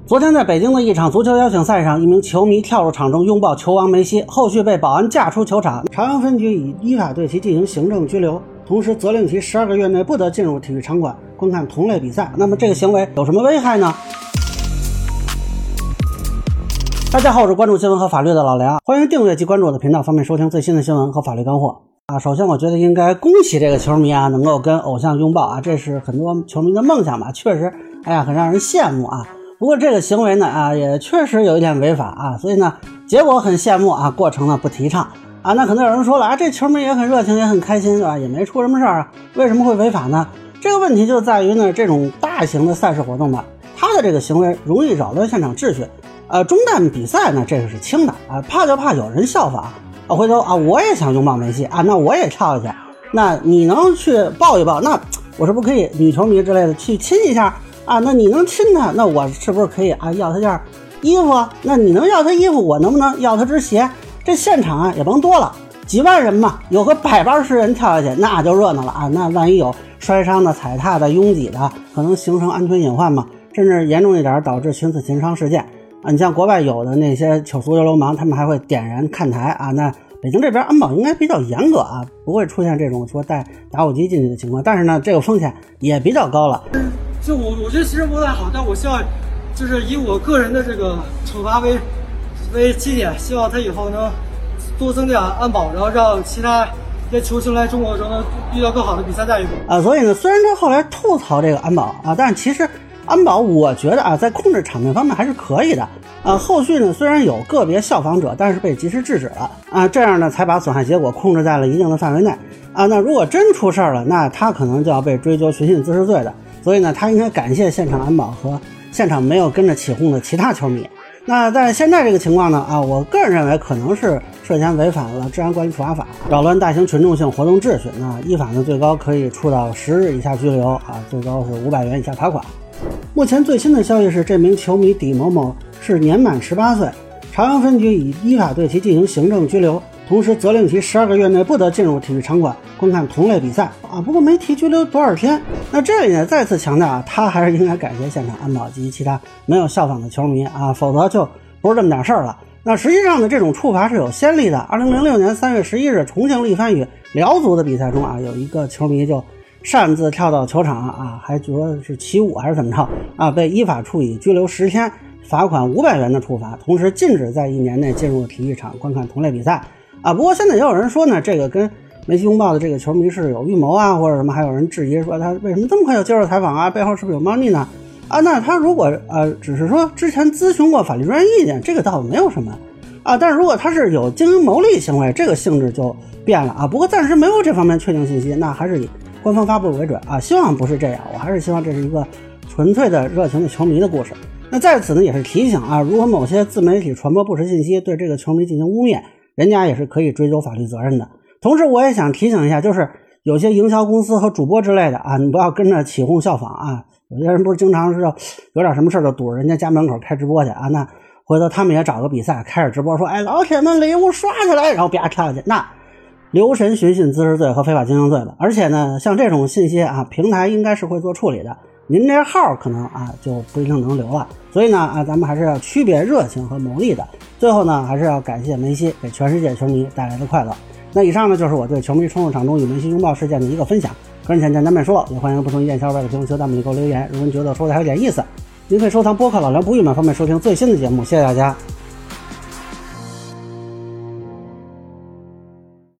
昨天在北京的一场足球邀请赛上，一名球迷跳入场中拥抱球王梅西，后续被保安架出球场，朝阳分局已依法对其进行行政拘留，同时责令其12个月内不得进入体育场馆观看同类比赛。那么这个行为有什么危害呢？大家好，我是关注新闻和法律的老梁，欢迎订阅及关注我的频道，方便收听最新的新闻和法律干货。首先我觉得应该恭喜这个球迷能够跟偶像拥抱这是很多球迷的梦想吧，确实很让人羡慕不过这个行为呢也确实有一点违法所以呢结果很羡慕过程呢不提倡那可能有人说了这球迷也很热情也很开心也没出什么事儿为什么会违法呢？这个问题就在于呢这种大型的赛事活动它的这个行为容易扰乱现场秩序中断比赛呢这个是轻的怕就怕有人效仿回头我也想拥抱梅西那我也跳一下，那你能去抱一抱，那我是不是可以女球迷之类的去亲一下那你能亲他，那我是不是可以要他件衣服那你能要他衣服，我能不能要他只鞋？这现场也甭多了，几万人嘛，有个180人跳下去那就热闹了那万一有摔伤的、踩踏的、拥挤的，可能形成安全隐患嘛，甚至严重一点导致群死群伤事件你像国外有的那些糗俗流氓，他们还会点燃看台那北京这边安保应该比较严格不会出现这种说带打火机进去的情况，但是呢这个风险也比较高了。 就我觉得其实不太好，但我希望就是以我个人的这个处罚为起点，希望他以后能多增加安保，然后让其他在球星来中国的时候能遇到更好的比赛待遇所以呢虽然他后来吐槽这个安保但其实安保我觉得在控制场面方面还是可以的后续呢虽然有个别效仿者，但是被及时制止了这样呢才把损害结果控制在了一定的范围内那如果真出事了，那他可能就要被追究寻衅滋事罪的，所以呢他应该感谢现场安保和现场没有跟着起哄的其他球迷。那在现在这个情况呢我个人认为可能是涉嫌违反了治安管理处罚法，扰乱大型群众性活动秩序，那依法呢最高可以处到10日以下拘留最高是500元以下罚款。目前最新的消息是，这名球迷李某某是年满18岁，朝阳分局已依法对其进行行政拘留，同时责令其12个月内不得进入体育场馆观看同类比赛不过没提拘留多少天。那这里呢再次强调他还是应该感谢现场安保及其他没有效仿的球迷否则就不是这么点事儿了。那实际上呢这种处罚是有先例的，2006年3月11日重庆力帆与辽足的比赛中有一个球迷就擅自跳到球场还觉得是起舞还是怎么着被依法处以拘留10天，罚款500元的处罚，同时禁止在1年内进入体育场观看同类比赛不过现在也有人说呢这个跟梅西拥抱的这个球迷是有预谋或者什么，还有人质疑说他为什么这么快就接受采访背后是不是有猫腻呢那他如果只是说之前咨询过法律专业意见，这个倒没有什么但是如果他是有经营牟利行为，这个性质就变了不过暂时没有这方面确定信息，那还是以官方发布为准希望不是这样，我还是希望这是一个纯粹的热情的球迷的故事。那在此呢也是提醒如果某些自媒体传播不实信息，对这个球迷进行污蔑，人家也是可以追究法律责任的。同时我也想提醒一下，就是有些营销公司和主播之类的你不要跟着起哄效仿有些人不是经常是有点什么事就堵着人家家门口开直播去那回头他们也找个比赛开始直播说老铁们礼物刷起来，然后啪跳下去，那留神寻衅滋事罪和非法经营罪的。而且呢像这种信息平台应该是会做处理的，您这号可能就不一定能留了。所以呢咱们还是要区别热情和牟利的。最后呢还是要感谢梅西给全世界球迷带来的快乐。那以上呢就是我对球迷冲入场中与梅西拥抱事件的一个分享，个人浅见难免说，也欢迎不同意见小伙伴在评论区弹幕里给我留言。如果您觉得说的还有点意思，您可以收藏播客老梁不郁闷，方便收听最新的节目。谢谢大家。